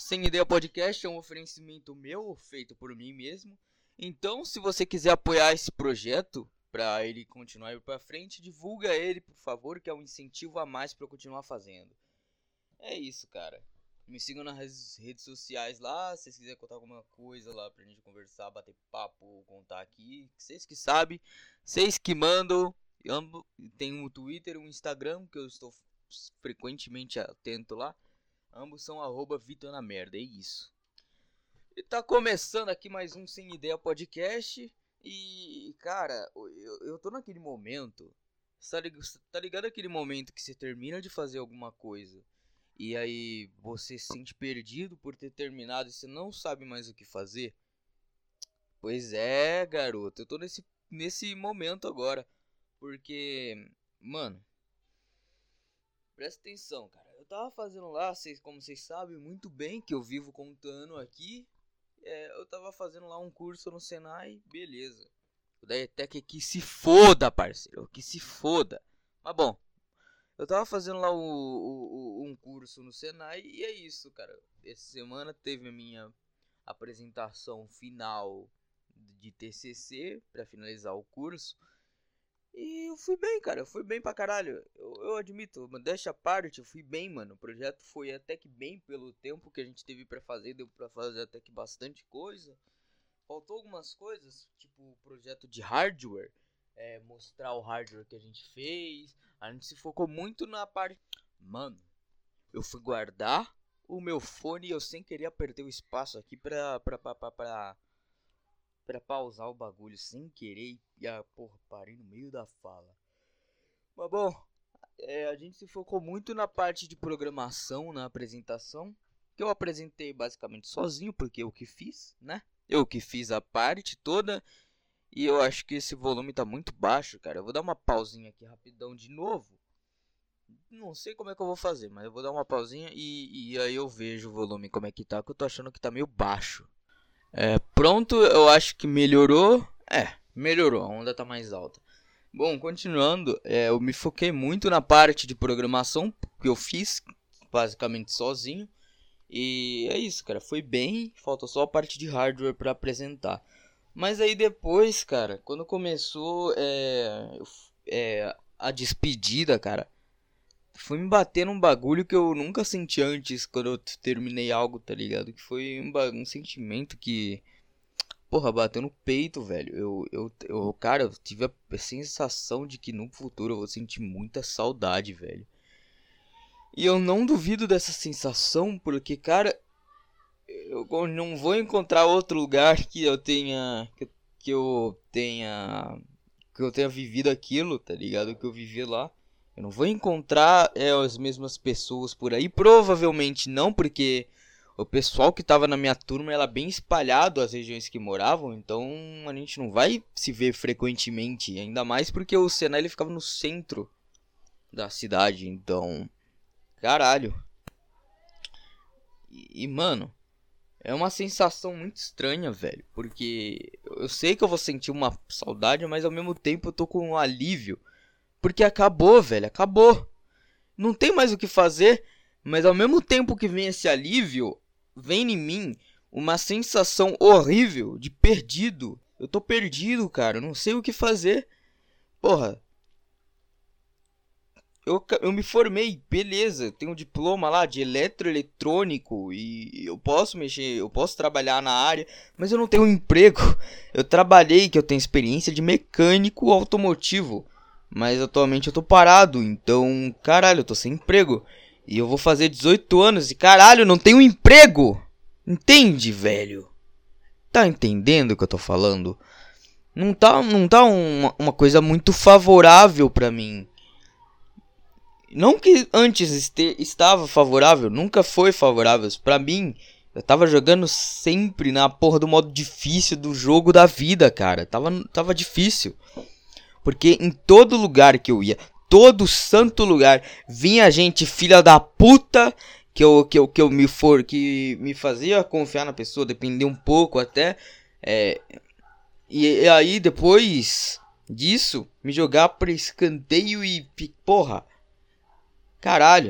Sem Ideia Podcast é um oferecimento meu, feito por mim mesmo. Então, se você quiser apoiar esse projeto, para ele continuar indo para frente, divulga ele, por favor, que é um incentivo a mais para eu continuar fazendo. É isso, cara. Me sigam nas redes sociais lá, se vocês quiserem contar alguma coisa lá pra gente conversar, bater papo, contar aqui. Vocês que sabem, vocês que mandam. Tem um Twitter e um Instagram, que eu estou frequentemente atento lá. Ambos são @VitorNaMerda, é isso. E tá começando aqui mais um Sem Ideia Podcast. E, cara, eu tô naquele momento. Tá ligado aquele momento que você termina de fazer alguma coisa e aí você se sente perdido por ter terminado e você não sabe mais o que fazer? Pois é, garoto, eu tô nesse momento agora. Porque, mano, presta atenção, cara. Eu tava fazendo lá, como vocês sabem muito bem que eu vivo contando aqui. Eu tava fazendo lá um curso no Senai, beleza. Daí até que se foda, parceiro, que se foda. Mas bom, eu tava fazendo lá um curso no Senai e é isso, cara. Essa semana teve a minha apresentação final de TCC pra finalizar o curso. E eu fui bem, cara. Eu fui bem pra caralho. Eu admito, modéstia à parte, eu fui bem, mano. O projeto foi até que bem pelo tempo que a gente teve pra fazer. Deu pra fazer até que bastante coisa. Faltou algumas coisas, tipo o projeto de hardware. Mostrar o hardware que a gente fez. A gente se focou muito na parte... Mano, eu fui guardar o meu fone e eu sem querer apertei o espaço aqui pra pausar o bagulho sem querer e porra, parei no meio da fala. Mas bom, a gente se focou muito na parte de programação, na apresentação, que eu apresentei basicamente sozinho, porque eu que fiz, né? Eu que fiz a parte toda. E eu acho que esse volume tá muito baixo, cara. Eu vou dar uma pausinha aqui rapidão de novo. Não sei como é que eu vou fazer, mas eu vou dar uma pausinha e aí eu vejo o volume como é que tá, que eu tô achando que tá meio baixo. Pronto, eu acho que melhorou. Melhorou, a onda tá mais alta. Bom, continuando, eu me foquei muito na parte de programação, que eu fiz basicamente sozinho. E é isso, cara, foi bem, falta só a parte de hardware pra apresentar. Mas aí depois, cara, quando começou a despedida, cara, foi me bater num bagulho que eu nunca senti antes quando eu terminei algo, tá ligado? Que foi um sentimento que, porra, bateu no peito, velho. Cara, eu tive a sensação de que no futuro eu vou sentir muita saudade, velho. E eu não duvido dessa sensação, porque, cara, eu não vou encontrar outro lugar que eu tenha que eu tenha vivido aquilo, tá ligado? Que eu vivi lá. Eu não vou encontrar as mesmas pessoas por aí, provavelmente não, porque o pessoal que tava na minha turma era bem espalhado as regiões que moravam, então a gente não vai se ver frequentemente, ainda mais porque o Senai ele ficava no centro da cidade, então, caralho. Mano, é uma sensação muito estranha, velho. Porque eu sei que eu vou sentir uma saudade, mas ao mesmo tempo eu tô com um alívio. Porque acabou, velho, acabou. Não tem mais o que fazer, mas ao mesmo tempo que vem esse alívio, vem em mim uma sensação horrível de perdido. Eu tô perdido, cara, eu não sei o que fazer. Porra. Eu me formei, beleza, tenho um diploma lá de eletroeletrônico e eu posso mexer, eu posso trabalhar na área, mas eu não tenho um emprego. Eu trabalhei, que eu tenho experiência de mecânico automotivo, mas atualmente eu tô parado, então, caralho, eu tô sem emprego. E eu vou fazer 18 anos e caralho, eu não tenho emprego! Entende, velho? Tá entendendo o que eu tô falando? Não tá uma coisa muito favorável pra mim. Não que antes estava favorável, nunca foi favorável. Pra mim, eu tava jogando sempre na porra do modo difícil do jogo da vida, cara. Tava difícil. Porque em todo lugar que eu ia, todo santo lugar, vinha gente filha da puta que me fazia confiar na pessoa, depender um pouco até. E aí depois disso, me jogar pra escanteio e porra. Caralho,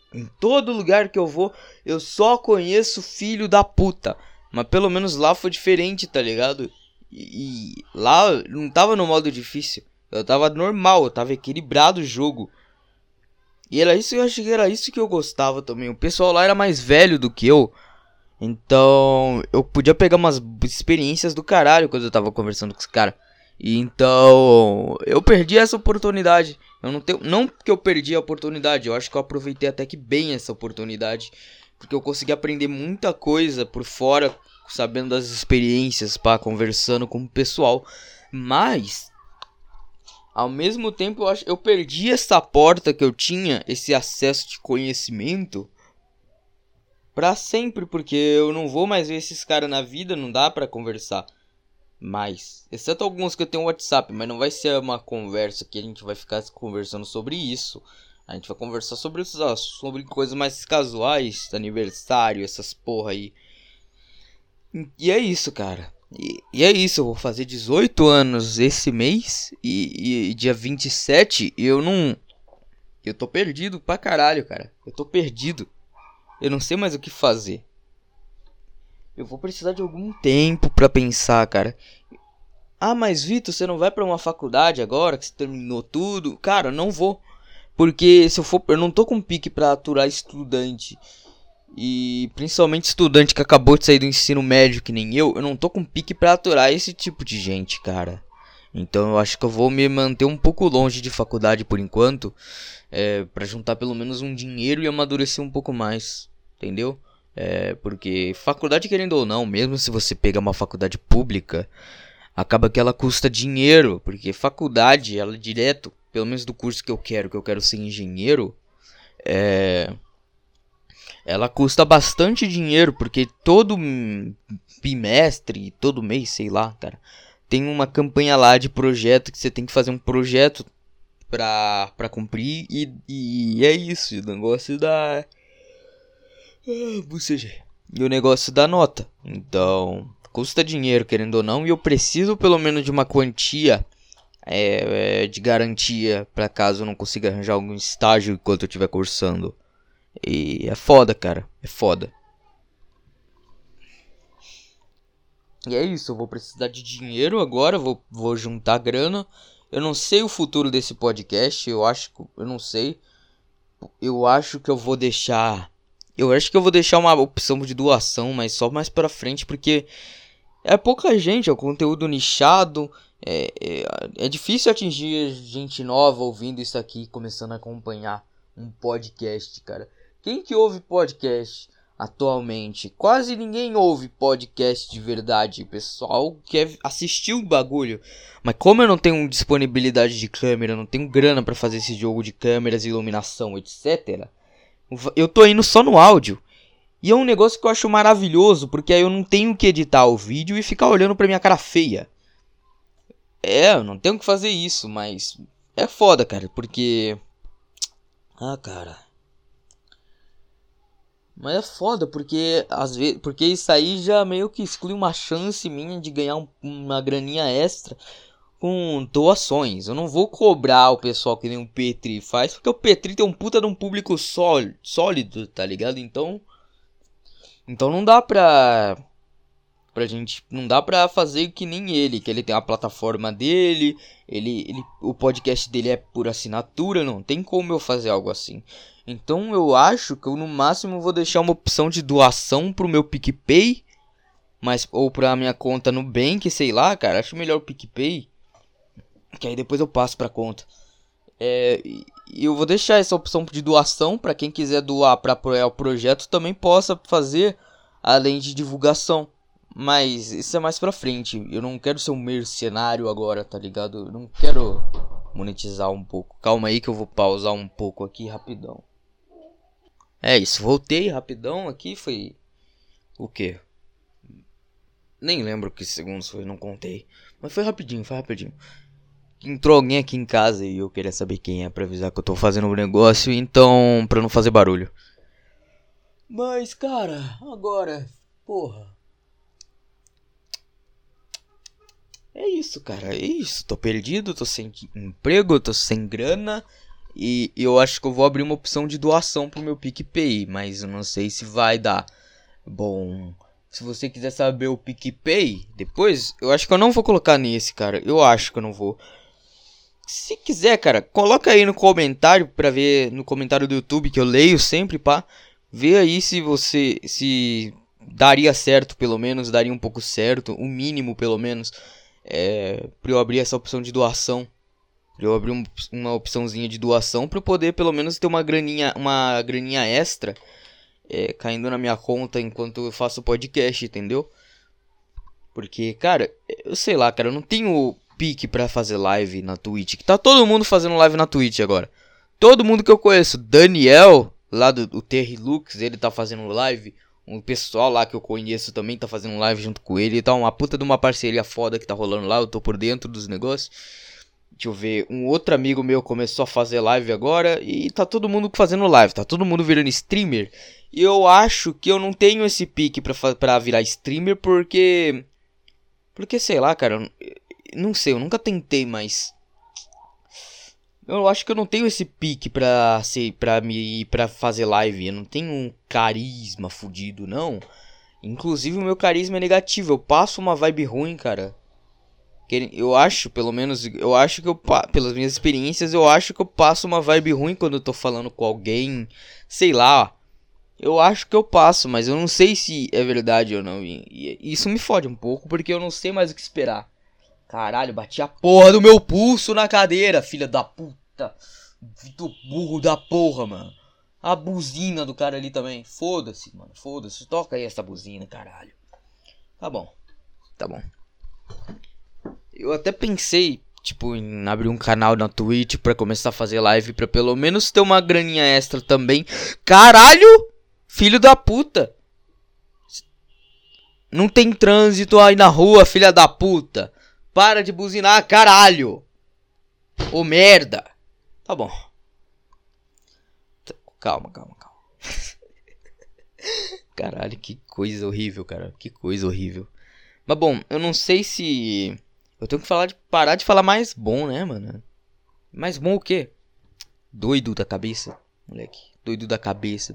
Em todo lugar que eu vou, eu só conheço filho da puta. Mas pelo menos lá foi diferente, tá ligado? E lá não tava no modo difícil. Eu tava normal, eu tava equilibrado o jogo. E era isso, eu acho que era isso que eu gostava também. O pessoal lá era mais velho do que eu. Então eu podia pegar umas experiências do caralho quando eu tava conversando com os caras. E então eu perdi essa oportunidade. Eu não que eu perdi a oportunidade, eu acho que eu aproveitei até que bem essa oportunidade. Porque eu consegui aprender muita coisa por fora, sabendo das experiências, pá, conversando com o pessoal. Mas ao mesmo tempo eu perdi essa porta que eu tinha, esse acesso de conhecimento pra sempre, porque eu não vou mais ver esses caras na vida, não dá pra conversar mais. Exceto alguns que eu tenho no WhatsApp, mas não vai ser uma conversa que a gente vai ficar conversando sobre isso. A gente vai conversar sobre coisas mais casuais, aniversário, essas porra aí. E é isso, cara. E é isso, eu vou fazer 18 anos esse mês e dia 27 e eu não... Eu tô perdido pra caralho, cara. Eu tô perdido. Eu não sei mais o que fazer. Eu vou precisar de algum tempo pra pensar, cara. Ah, mas Vitor, você não vai pra uma faculdade agora que você terminou tudo? Cara, não vou. Porque se eu for, eu não tô com pique pra aturar estudante. E principalmente estudante que acabou de sair do ensino médio que nem eu não tô com pique pra aturar esse tipo de gente, cara. Então eu acho que eu vou me manter um pouco longe de faculdade por enquanto. Pra juntar pelo menos um dinheiro e amadurecer um pouco mais. Entendeu? Porque faculdade, querendo ou não, mesmo se você pegar uma faculdade pública, acaba que ela custa dinheiro. Porque faculdade, ela direto, pelo menos do curso que eu quero ser engenheiro, ela custa bastante dinheiro, porque todo bimestre, todo mês, sei lá, cara, tem uma campanha lá de projeto que você tem que fazer um projeto pra cumprir e é isso, o negócio da... bocejei. E o negócio da nota. Então, custa dinheiro, querendo ou não, e eu preciso pelo menos de uma quantia de garantia pra caso eu não consiga arranjar algum estágio enquanto eu estiver cursando. E é foda, cara. É foda. E é isso, eu vou precisar de dinheiro agora, vou juntar grana. Eu não sei o futuro desse podcast, eu não sei. Eu acho que eu vou deixar uma opção de doação, mas só mais pra frente, porque é pouca gente, é um conteúdo nichado. É difícil atingir gente nova ouvindo isso aqui, começando a acompanhar um podcast, cara. Quem que ouve podcast atualmente? Quase ninguém ouve podcast de verdade. O pessoal quer assistir o bagulho. Mas como eu não tenho disponibilidade de câmera, não tenho grana pra fazer esse jogo de câmeras, iluminação, etc. Eu tô indo só no áudio. E é um negócio que eu acho maravilhoso, porque aí eu não tenho que editar o vídeo e ficar olhando pra minha cara feia. Eu não tenho que fazer isso, mas é foda, cara, porque... Ah, cara... Mas é foda, porque às vezes, porque isso aí já meio que exclui uma chance minha de ganhar uma graninha extra com doações. Eu não vou cobrar o pessoal que nem o Petri faz, porque o Petri tem um puta de um público sólido, tá ligado? Então não dá pra gente, não dá pra fazer que nem ele, que ele tem a plataforma dele, o podcast dele é por assinatura, não tem como eu fazer algo assim. Então eu acho que eu no máximo vou deixar uma opção de doação pro meu PicPay, ou pra minha conta no Nubank, sei lá, cara, acho melhor o PicPay, que aí depois eu passo pra conta. E eu vou deixar essa opção de doação pra quem quiser doar pra apoiar o projeto também possa fazer, além de divulgação. Mas isso é mais pra frente. Eu não quero ser um mercenário agora, tá ligado? Eu não quero monetizar um pouco. Calma aí que eu vou pausar um pouco aqui rapidão. É isso, voltei rapidão aqui, foi... O quê? Nem lembro que segundos foi, não contei. Mas foi rapidinho, foi rapidinho. Entrou alguém aqui em casa e eu queria saber quem é pra avisar que eu tô fazendo um negócio, então... pra não fazer barulho. Mas, cara, agora... Porra... É isso, cara, é isso. Tô perdido, tô sem emprego, tô sem grana. E eu acho que eu vou abrir uma opção de doação pro meu PicPay, mas eu não sei se vai dar. Bom, se você quiser saber o PicPay, depois, eu acho que eu não vou colocar nesse, cara. Eu acho que eu não vou. Se quiser, cara, coloca aí no comentário pra ver, no comentário do YouTube, que eu leio sempre, pá. Vê aí se daria certo, pelo menos, daria um pouco certo, o mínimo, pelo menos, pra eu abrir essa opção de doação. Pra eu abrir uma opçãozinha de doação pra eu poder, pelo menos, ter uma graninha extra caindo na minha conta enquanto eu faço podcast, entendeu? Porque, cara, eu sei lá, cara, eu não tenho pique pra fazer live na Twitch. Que tá todo mundo fazendo live na Twitch agora. Todo mundo que eu conheço. Daniel, lá do Terry Lux, ele tá fazendo live. Um pessoal lá que eu conheço também tá fazendo live junto com ele. Tá uma puta de uma parceria foda que tá rolando lá. Eu tô por dentro dos negócios. Deixa eu ver. Um outro amigo meu começou a fazer live agora. E tá todo mundo fazendo live. Tá todo mundo virando streamer. E eu acho que eu não tenho esse pique pra virar streamer. Porque sei lá, cara. Não sei, eu nunca tentei, mas eu acho que eu não tenho esse pique pra fazer live. Eu não tenho um carisma fudido, não. Inclusive o meu carisma é negativo. Eu passo uma vibe ruim, cara. Eu acho, pelo menos, eu acho que pelas minhas experiências, eu acho que eu passo uma vibe ruim quando eu tô falando com alguém. Sei lá. Eu acho que eu passo, mas eu não sei se é verdade ou não. E isso me fode um pouco, porque eu não sei mais o que esperar. Caralho, bati a porra do meu pulso na cadeira, filha da puta. Vitor burro da porra, mano. A buzina do cara ali também. Foda-se, mano. Foda-se. Toca aí essa buzina, caralho. Tá bom. Tá bom. Eu até pensei, tipo, em abrir um canal na Twitch pra começar a fazer live pra pelo menos ter uma graninha extra também. Caralho! Filho da puta. Não tem trânsito aí na rua, filha da puta. Para de buzinar, caralho. Ô merda. Tá bom. Calma. Caralho, que coisa horrível, cara. Que coisa horrível. Mas bom, eu não sei se... Eu tenho que parar de falar mais bom, né, mano? Mais bom o quê? Doido da cabeça, moleque. Doido da cabeça.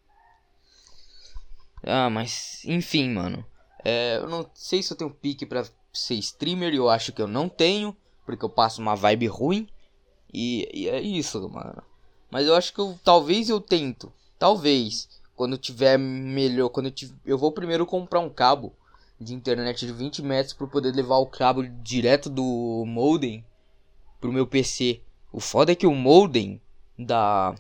Ah, mas... Enfim, mano. Eu não sei se eu tenho pique pra ser streamer. Eu acho que eu não tenho. Porque eu passo uma vibe ruim. E é isso, mano. Mas eu acho que talvez eu tento. Talvez. Quando eu tiver melhor. Eu vou primeiro comprar um cabo de internet de 20 metros para poder levar o cabo direto do modem pro meu PC. O foda é que o modem na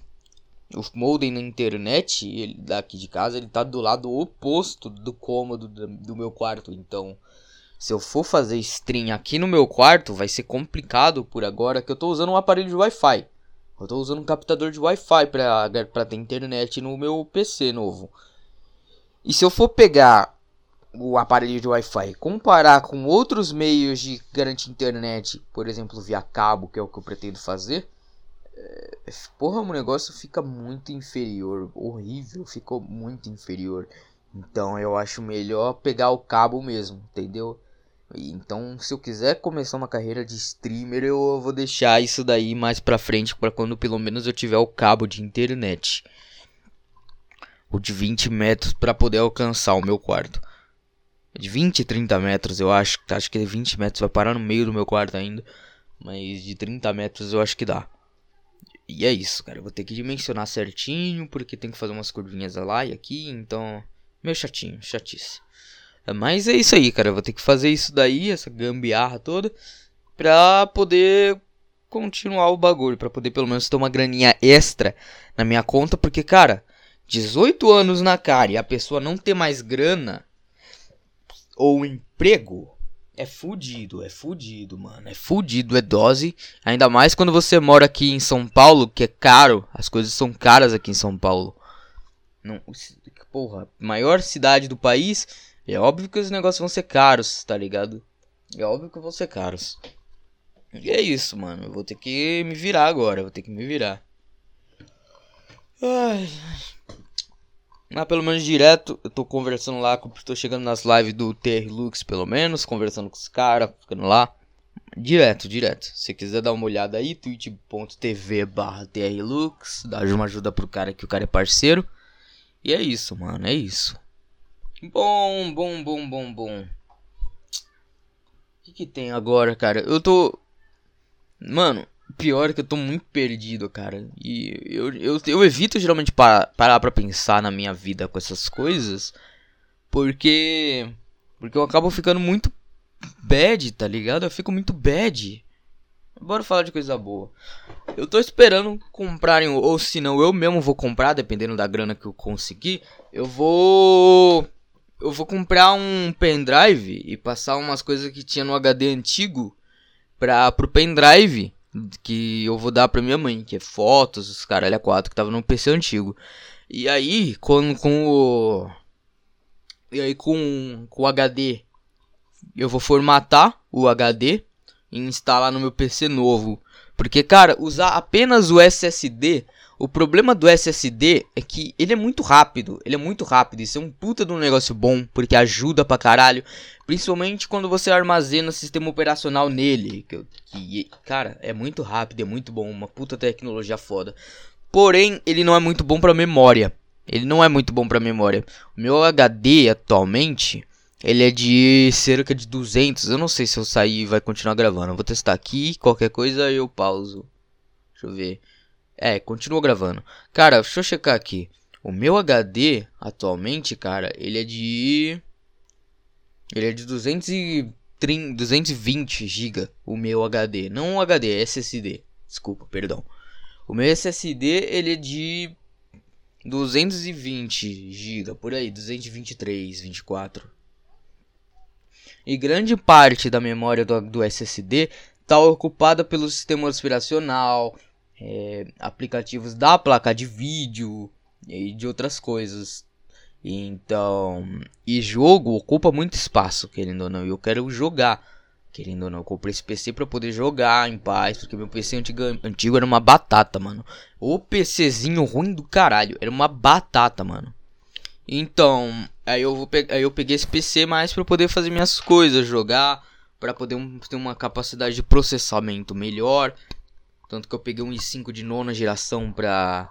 internet, ele, daqui de casa, ele tá do lado oposto do cômodo do meu quarto. Então, se eu for fazer stream aqui no meu quarto, vai ser complicado por agora, que eu tô usando um aparelho de Wi-Fi. Eu tô usando um captador de Wi-Fi pra ter internet no meu PC novo. E se eu for pegar o aparelho de Wi-Fi e comparar com outros meios de garantir internet, por exemplo, via cabo, que é o que eu pretendo fazer, porra, o negócio fica muito inferior. Horrível, ficou muito inferior. Então eu acho melhor pegar o cabo mesmo, entendeu? Então, se eu quiser começar uma carreira de streamer, eu vou deixar isso daí mais pra frente, pra quando pelo menos eu tiver o cabo de internet. O de 20 metros pra poder alcançar o meu quarto. De 20, 30 metros eu acho. Acho que de 20 metros vai parar no meio do meu quarto ainda. Mas de 30 metros eu acho que dá. E é isso, cara. Eu vou ter que dimensionar certinho, porque tem que fazer umas curvinhas lá e aqui. Então, meio chatinho, chatice. Mas é isso aí, cara. Eu vou ter que fazer isso daí, essa gambiarra toda, pra poder continuar o bagulho. Pra poder pelo menos ter uma graninha extra na minha conta. Porque, cara, 18 anos na cara e a pessoa não ter mais grana ou emprego, é fudido, mano. É fudido, é dose. Ainda mais quando você mora aqui em São Paulo, que é caro. As coisas são caras aqui em São Paulo. Não, porra, maior cidade do país. É óbvio que os negócios vão ser caros, tá ligado? É óbvio que vão ser caros. E é isso, mano. Eu vou ter que me virar agora. Vou ter que me virar. Ai. Mas pelo menos direto, eu tô conversando lá, tô chegando nas lives do TR Lux, pelo menos, conversando com os caras, ficando lá. Direto. Se você quiser dar uma olhada aí, twitch.tv/trlux, dá uma ajuda pro cara que o cara é parceiro. E é isso, mano, é isso. Bom. O que tem agora, cara? Eu tô... Mano, pior é que eu tô muito perdido, cara. E eu evito geralmente parar pra pensar na minha vida com essas coisas. Porque eu acabo ficando muito bad, tá ligado? Eu fico muito bad. Bora falar de coisa boa. Eu tô esperando comprarem, ou se não, eu mesmo vou comprar, dependendo da grana que eu conseguir. Eu vou comprar um pendrive e passar umas coisas que tinha no HD antigo pro pendrive que eu vou dar pra minha mãe, que é fotos, os caralho a 4 que tava no PC antigo. E aí, com o HD, eu vou formatar o HD e instalar no meu PC novo. Porque, cara, usar apenas o SSD... O problema do SSD é que ele é muito rápido. Isso é um puta de um negócio bom, porque ajuda pra caralho. Principalmente quando você armazena sistema operacional nele. Cara, é muito rápido, é muito bom. Uma puta tecnologia foda. Porém, ele não é muito bom pra memória. O meu HD atualmente... Ele é de cerca de 200. Eu não sei se eu sair vai continuar gravando. Eu vou testar aqui. Qualquer coisa eu pauso. Deixa eu ver. Continua gravando. Cara, deixa eu checar aqui. O meu HD atualmente, cara, ele é de 220 GB. O meu HD. Não o HD, é SSD. Desculpa, perdão. O meu SSD, ele é de 220 GB. Por aí, 223, 24. E grande parte da memória do SSD está ocupada pelo sistema operacional, aplicativos da placa de vídeo e de outras coisas. Então, e jogo ocupa muito espaço, querendo ou não. Eu quero jogar, querendo ou não. Eu comprei esse PC para poder jogar em paz, porque meu PC antigo era uma batata, mano. O PCzinho ruim do caralho, era uma batata, mano. Então, aí eu peguei esse PC mais para poder fazer minhas coisas, jogar, para poder ter uma capacidade de processamento melhor. Tanto que eu peguei um i5 de nona geração pra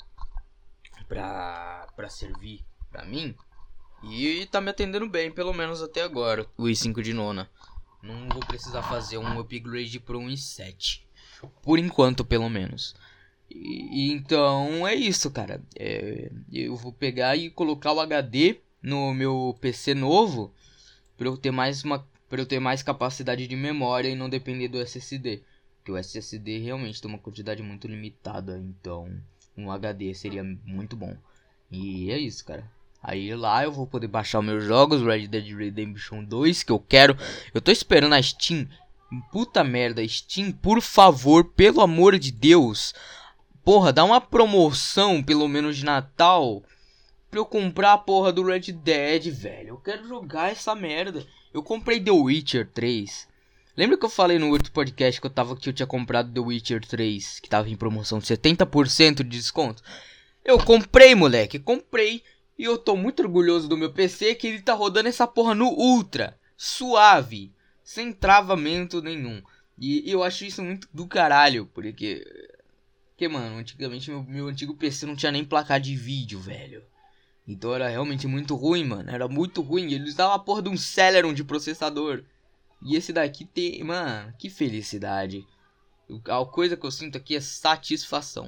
servir pra mim. E tá me atendendo bem, pelo menos até agora, o i5 de nona. Não vou precisar fazer um upgrade para um i7. Por enquanto, pelo menos. Então é isso, cara. Eu vou pegar e colocar o HD no meu PC novo para eu ter mais capacidade de memória e não depender do SSD. Porque o SSD realmente tem uma quantidade muito limitada, então um HD seria muito bom. E é isso, cara. Aí lá eu vou poder baixar os meus jogos, Red Dead Redemption 2, que eu quero. Eu tô esperando a Steam. Puta merda, Steam, por favor, pelo amor de Deus. Porra, dá uma promoção, pelo menos de Natal, pra eu comprar a porra do Red Dead, velho. Eu quero jogar essa merda. Eu comprei The Witcher 3. Lembra que eu falei no outro podcast que eu tinha comprado The Witcher 3, que tava em promoção de 70% de desconto? Eu comprei, moleque, comprei. E eu tô muito orgulhoso do meu PC, que ele tá rodando essa porra no Ultra. Suave. Sem travamento nenhum. E eu acho isso muito do caralho, porque, mano, antigamente meu antigo PC não tinha nem placa de vídeo, velho. Então era realmente muito ruim, mano. Era muito ruim. Ele usava a porra de um Celeron de processador. E esse daqui tem... Mano, que felicidade. A coisa que eu sinto aqui é satisfação.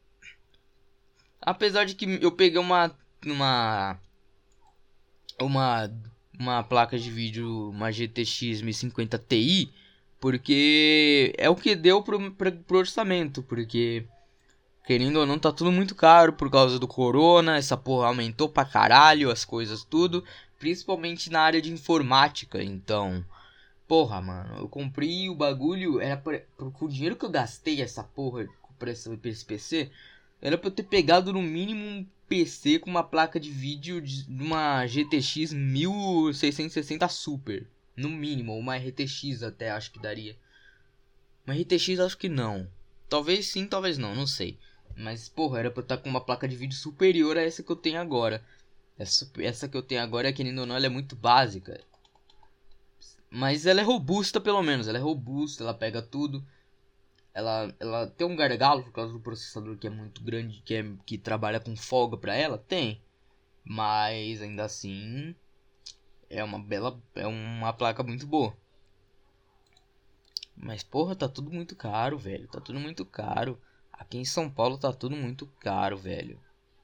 Apesar de que eu peguei uma placa de vídeo, uma GTX 1050 Ti, porque é o que deu pro orçamento, porque querendo ou não tá tudo muito caro por causa do corona, essa porra aumentou pra caralho as coisas tudo, principalmente na área de informática, então, porra, mano, eu comprei o bagulho, com o dinheiro que eu gastei essa porra pra esse PC, era pra eu ter pegado no mínimo um PC com uma placa de vídeo de uma GTX 1660 Super. No mínimo, uma RTX até acho que daria. Uma RTX acho que não. Talvez sim, talvez não, não sei. Mas porra, era pra eu estar com uma placa de vídeo superior a essa que eu tenho agora. Essa que eu tenho agora, querendo ou não, ela é muito básica. Mas ela é robusta pelo menos, ela é robusta, ela pega tudo. Ela tem um gargalo por causa do processador que é muito grande, que trabalha com folga pra ela? Tem. Mas ainda assim é uma placa muito boa. Mas porra, tá tudo muito caro, velho. Tá tudo muito caro. Aqui em São Paulo tá tudo muito caro, velho.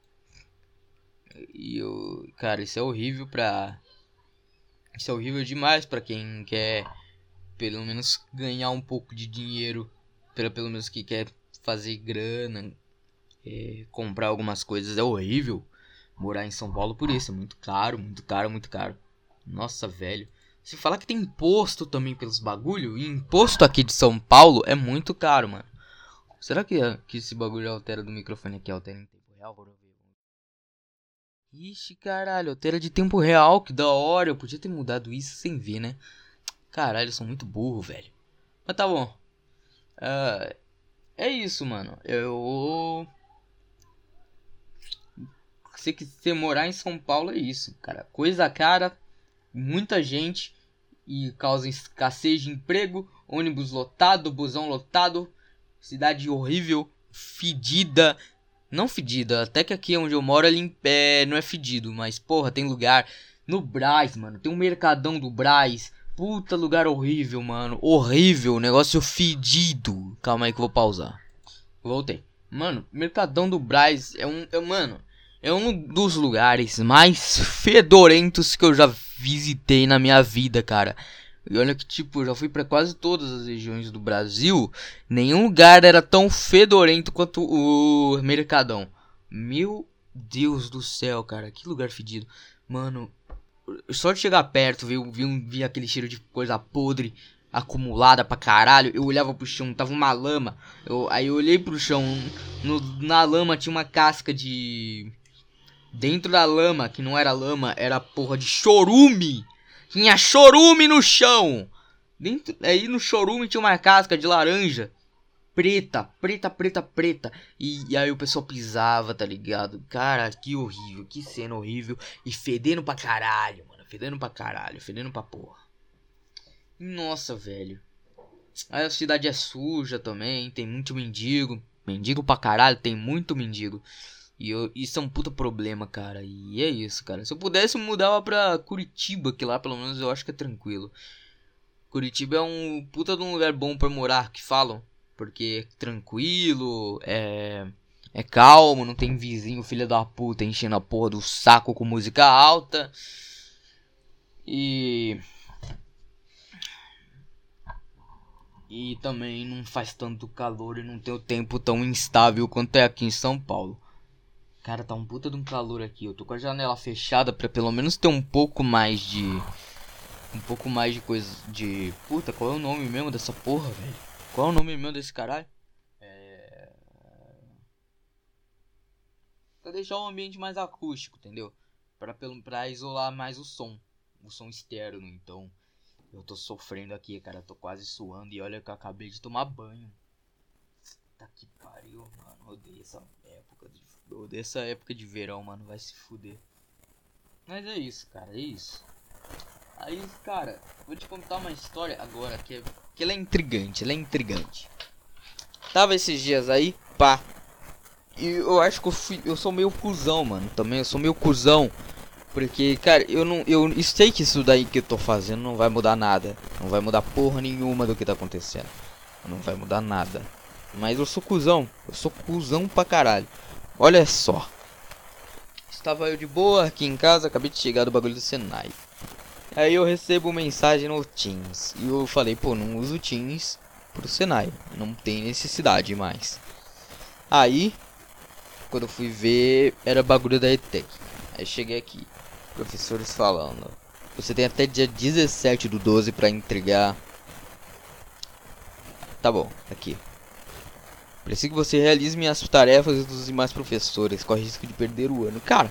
Cara, isso é horrível Isso é horrível demais pra quem quer pelo menos ganhar um pouco de dinheiro. Pelo menos que quer fazer grana, comprar algumas coisas. É horrível morar em São Paulo por isso. É muito caro, muito caro, muito caro. Nossa, velho. Se falar que tem imposto também pelos bagulho, e imposto aqui de São Paulo é muito caro, mano. Será que esse bagulho altera do microfone aqui? Altera em tempo real? Vamos ver. Ixi, caralho, altera de tempo real, que da hora. Eu podia ter mudado isso sem ver, né? Caralho, eu sou muito burro, velho. Mas tá bom. É isso, mano. Se você morar em São Paulo é isso, cara. Coisa cara, muita gente e causa escassez de emprego, ônibus lotado, busão lotado, cidade horrível, fedida. Não fedida, até que aqui onde eu moro não é fedido, mas porra, tem lugar no Brás, mano. Tem um mercadão do Brás. Puta lugar horrível, mano. Horrível, negócio fedido. Calma aí que eu vou pausar. Voltei. Mano, Mercadão do Brás é um dos lugares mais fedorentos que eu já visitei na minha vida, cara. E olha que tipo, eu já fui pra quase todas as regiões do Brasil. Nenhum lugar era tão fedorento quanto o Mercadão. Meu Deus do céu, cara. Que lugar fedido. Mano, só de chegar perto, vi aquele cheiro de coisa podre acumulada pra caralho. Eu olhava pro chão, tava uma lama. Aí eu olhei pro chão, na lama tinha uma casca de... Dentro da lama, que não era lama, era porra de chorume. Tinha chorume no chão. Aí no chorume tinha uma casca de laranja. Preta. E aí o pessoal pisava, tá ligado? Cara, que horrível, que cena horrível. E fedendo pra caralho, mano. Fedendo pra porra. Nossa, velho. Aí a cidade é suja também, tem muito mendigo. Mendigo pra caralho, tem muito mendigo. Isso é um puta problema, cara. E é isso, cara. Se eu pudesse, eu mudava pra Curitiba, que lá pelo menos eu acho que é tranquilo. Curitiba é um puta de um lugar bom pra morar, que falam. Porque é tranquilo, é calmo, não tem vizinho filho da puta enchendo a porra do saco com música alta. E também não faz tanto calor e não tem o tempo tão instável quanto é aqui em São Paulo. Cara, tá um puta de um calor aqui. Eu tô com a janela fechada pra pelo menos ter um pouco mais de coisa de... Puta, qual é o nome mesmo dessa porra, velho? Qual é o nome mesmo desse caralho? Pra deixar o ambiente mais acústico, entendeu? Pra isolar mais o som externo. Então eu tô sofrendo aqui, cara. Eu tô quase suando e olha que eu acabei de tomar banho. Tá que pariu, mano. Eu odeio essa época de verão, mano. Vai se fuder. Mas é isso, cara. É isso. Aí, cara, vou te contar uma história agora que ela é intrigante. Tava esses dias aí, pá. E eu acho que eu sou meio cuzão, mano. Também eu sou meio cuzão. Porque, cara, eu sei que isso daí que eu tô fazendo não vai mudar nada. Não vai mudar porra nenhuma do que tá acontecendo. Não vai mudar nada. Mas eu sou cuzão. Eu sou cuzão pra caralho. Olha só. Estava eu de boa aqui em casa. Acabei de chegar do bagulho do Senai. Aí eu recebo mensagem no Teams. E eu falei, pô, não uso o Teams pro Senai. Não tem necessidade mais. Aí, quando eu fui ver, era bagulho da ETEC. Aí cheguei aqui. Professores falando. Você tem até dia 17/12 pra entregar. Tá bom, aqui. Preciso que você realize minhas tarefas e dos demais professores. Corre risco de perder o ano. Cara.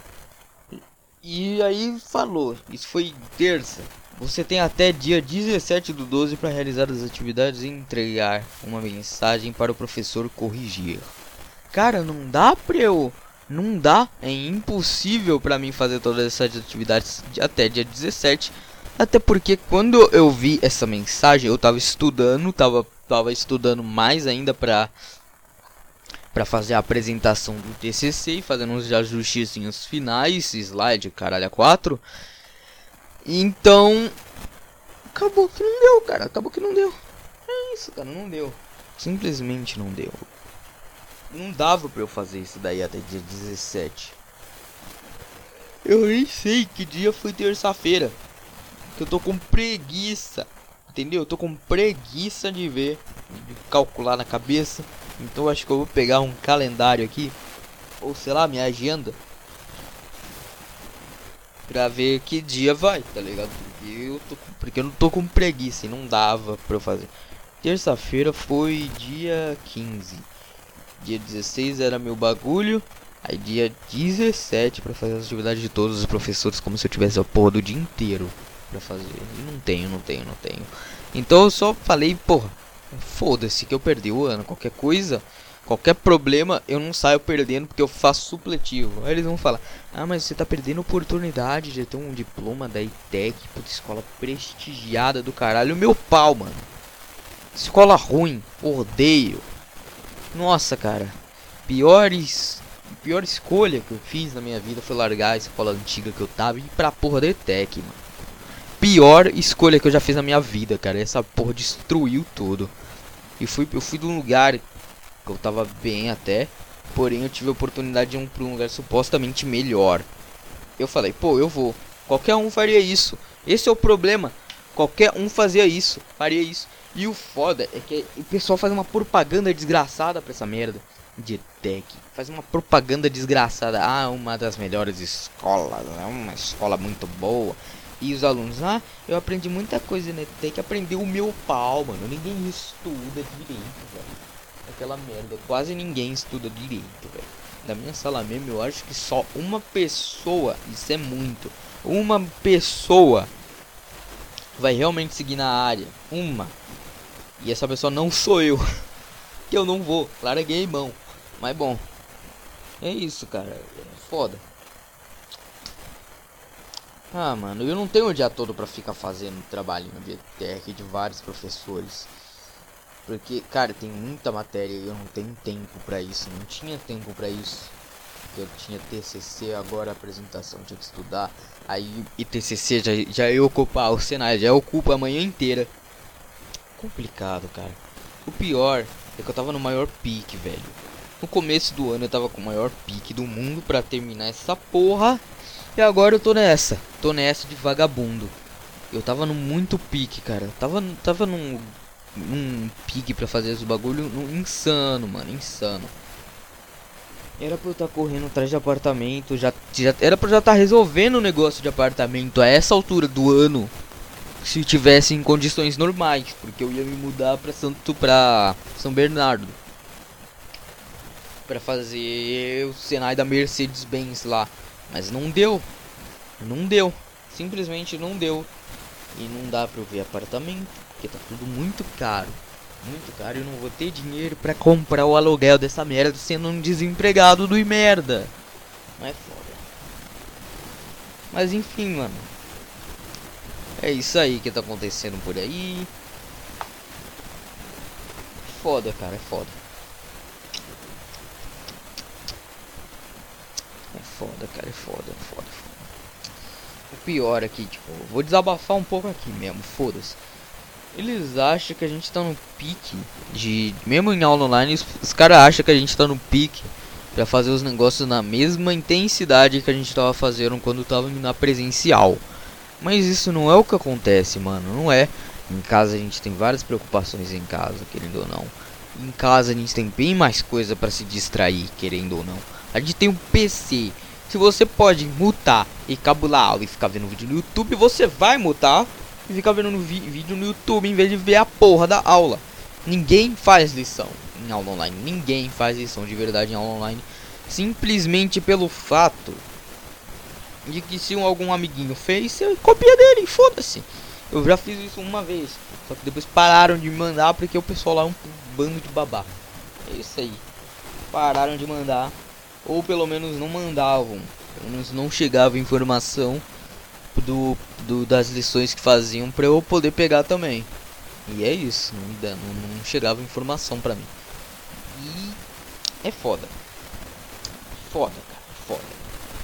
E aí falou. Isso foi terça. Você tem até dia 17/12 para realizar as atividades e entregar uma mensagem para o professor corrigir. Cara, não dá pra eu... Não dá. É impossível pra mim fazer todas essas atividades até dia 17. Até porque quando eu vi essa mensagem, eu tava estudando, tava estudando mais ainda pra fazer a apresentação do TCC e fazendo uns ajustezinhos finais, slide, caralho, a 4. Então, acabou que não deu, cara, acabou que não deu. É isso, cara, não deu. Simplesmente não deu. Não dava pra eu fazer isso daí até dia 17. Eu nem sei que dia foi terça-feira. Que eu tô com preguiça. Entendeu? Eu tô com preguiça de ver, de calcular na cabeça. Então acho que eu vou pegar um calendário aqui, ou sei lá, minha agenda, pra ver que dia vai, tá ligado? Porque eu não tô com preguiça e não dava pra eu fazer. Terça-feira foi dia 15. Dia 16 era meu bagulho. Aí dia 17 pra fazer as atividades de todos os professores, como se eu tivesse a porra do dia inteiro pra fazer. E não tenho. Então eu só falei, porra, foda-se que eu perdi o ano. Qualquer coisa, qualquer problema, eu não saio perdendo porque eu faço supletivo. Aí eles vão falar, ah, mas você tá perdendo a oportunidade de ter um diploma da ITEC, puta escola prestigiada do caralho. O meu pau, mano. Escola ruim, odeio. Nossa, cara, pior escolha que eu fiz na minha vida foi largar a escola antiga que eu tava e ir pra porra da ETEC, mano. Pior escolha que eu já fiz na minha vida, cara. Essa porra destruiu tudo. Eu fui de um lugar que eu tava bem até, porém eu tive a oportunidade de ir pra um lugar supostamente melhor. Eu falei, pô, eu vou. Qualquer um faria isso. Esse é o problema. Qualquer um fazia isso, faria isso. E o foda é que o pessoal faz uma propaganda desgraçada pra essa merda de ETEC. Faz uma propaganda desgraçada. Ah, uma das melhores escolas, é uma escola muito boa. E os alunos, ah, eu aprendi muita coisa na ETEC. Aprendeu o meu pau, mano. Ninguém estuda direito, velho. Aquela merda, quase ninguém estuda direito, velho. Na minha sala mesmo, eu acho que só uma pessoa, isso é muito, uma pessoa vai realmente seguir na área. Uma. E essa pessoa não sou eu. Que eu não vou. Larguei mão. Mas bom. É isso, cara. É foda. Ah, mano. Eu não tenho o dia todo pra ficar fazendo trabalhinho de ETEC de vários professores. Porque, cara, tem muita matéria e eu não tenho tempo pra isso. Não tinha tempo pra isso. Eu tinha TCC, agora a apresentação, tinha que estudar. Aí, e TCC já ia ocupar o Senai, já ocupa a manhã inteira. Complicado, cara. O pior é que eu tava no maior pique, velho. No começo do ano eu tava com o maior pique do mundo pra terminar essa porra. E agora eu tô nessa de vagabundo. Eu tava no muito pique, cara. Tava num pique pra fazer os bagulho insano, mano, insano. Era pra eu estar correndo atrás de apartamento, já era pra eu já estar resolvendo o negócio de apartamento a essa altura do ano. Se tivesse em condições normais, porque eu ia me mudar pra São Bernardo pra fazer o Senai da Mercedes-Benz lá. Mas não deu. Simplesmente não deu. E não dá pra eu ver apartamento, porque tá tudo muito caro. Muito caro, eu não vou ter dinheiro pra comprar o aluguel dessa merda sendo um desempregado do merda. Não é foda. Mas enfim, mano. É isso aí que tá acontecendo por aí. Foda, cara, é foda. É foda, cara, é foda. O pior aqui, tipo, vou desabafar um pouco aqui mesmo, foda-se. Eles acham que a gente tá no pique de... Mesmo em aula online, os caras acham que a gente tá no pique pra fazer os negócios na mesma intensidade que a gente tava fazendo quando tava na presencial. Mas isso não é o que acontece, mano, não é. Em casa a gente tem várias preocupações em casa, querendo ou não. Em casa a gente tem bem mais coisa pra se distrair, querendo ou não. A gente tem um PC. Se você pode mutar e cabular a aula e ficar vendo vídeo no YouTube, você vai mutar e ficar vendo vídeo no YouTube em vez de ver a porra da aula. Ninguém faz lição em aula online. Ninguém faz lição de verdade em aula online. Simplesmente pelo fato de que se algum amiguinho fez, você copia dele, foda-se. Eu já fiz isso uma vez, só que depois pararam de mandar porque o pessoal lá é um bando de babaca. É isso aí. Pararam de mandar, ou pelo menos não mandavam, pelo menos não chegava informação das lições que faziam pra eu poder pegar também. E é isso, não chegava informação pra mim. E é foda. Foda, cara, foda.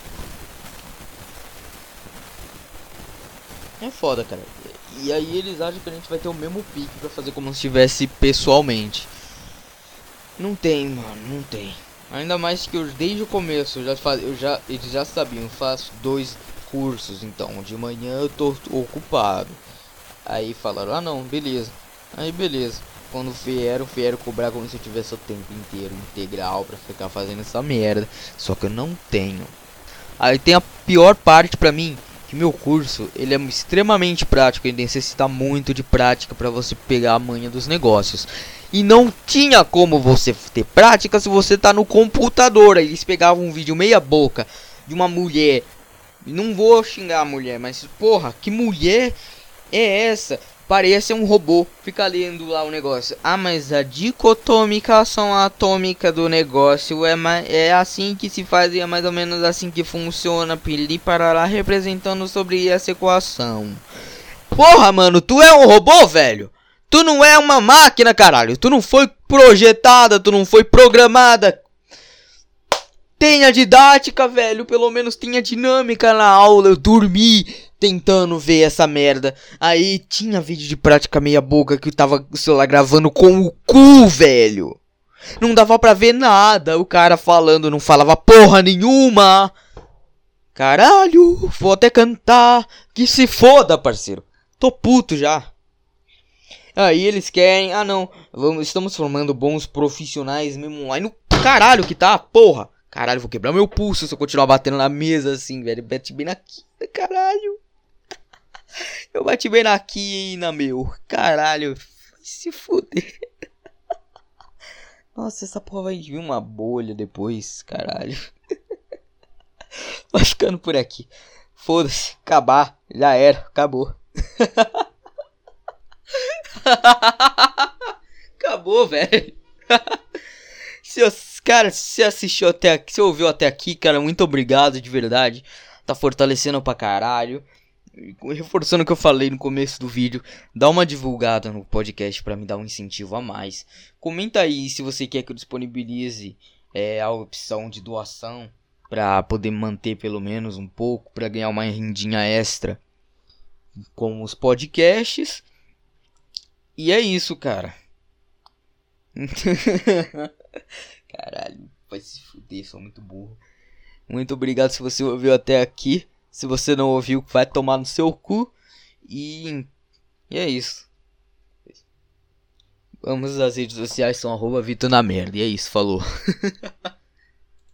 É foda, cara. E aí eles acham que a gente vai ter o mesmo pique pra fazer como se estivesse pessoalmente. Não tem, mano, não tem. Ainda mais que eu, desde o começo, eles já sabiam, eu faço 2 cursos, então de manhã eu tô ocupado. Aí falaram, ah não, beleza. Aí beleza. Quando vieram cobrar como se eu tivesse o tempo inteiro integral pra ficar fazendo essa merda. Só que eu não tenho. Aí tem a pior parte pra mim, que meu curso, ele é extremamente prático, ele necessita muito de prática pra você pegar a manha dos negócios. E não tinha como você ter prática se você tá no computador. Aí eles pegavam um vídeo meia boca de uma mulher. Não vou xingar a mulher, mas porra, que mulher é essa? Parece um robô. Fica lendo lá o negócio. Ah, mas a dicotomicação atômica do negócio é assim que se faz e é mais ou menos assim que funciona. Pili para lá representando sobre essa equação. Porra, mano, tu é um robô, velho? Tu não é uma máquina, caralho. Tu não foi projetada, tu não foi programada. Tenha didática, velho. Pelo menos tenha dinâmica na aula. Eu dormi tentando ver essa merda. Aí tinha vídeo de prática meia boca que eu tava o celular gravando com o cu, velho. Não dava pra ver nada. O cara falando, não falava porra nenhuma. Caralho, vou até cantar. Que se foda, parceiro. Tô puto já. Aí eles querem, ah não, estamos formando bons profissionais mesmo online. No caralho que tá, porra. Caralho, vou quebrar meu pulso se eu continuar batendo na mesa assim, velho. Bate bem na quina, caralho. Eu bati bem na quina, meu. Caralho, vai se fuder. Nossa, essa porra vai vir uma bolha depois, caralho. Vai ficando por aqui. Foda-se, acabar, já era, acabou. Acabou, velho. Cara, se você assistiu até aqui, se ouviu até aqui, cara, muito obrigado de verdade. Tá fortalecendo pra caralho. Reforçando o que eu falei no começo do vídeo, dá uma divulgada no podcast pra me dar um incentivo a mais. Comenta aí se você quer que eu disponibilize a opção de doação pra poder manter pelo menos um pouco, pra ganhar uma rendinha extra com os podcasts. E é isso, cara. Caralho, vai se fuder, sou muito burro. Muito obrigado se você ouviu até aqui. Se você não ouviu, vai tomar no seu cu. E é isso. Vamos, as redes sociais são @VitorNaMerda. E é isso, falou.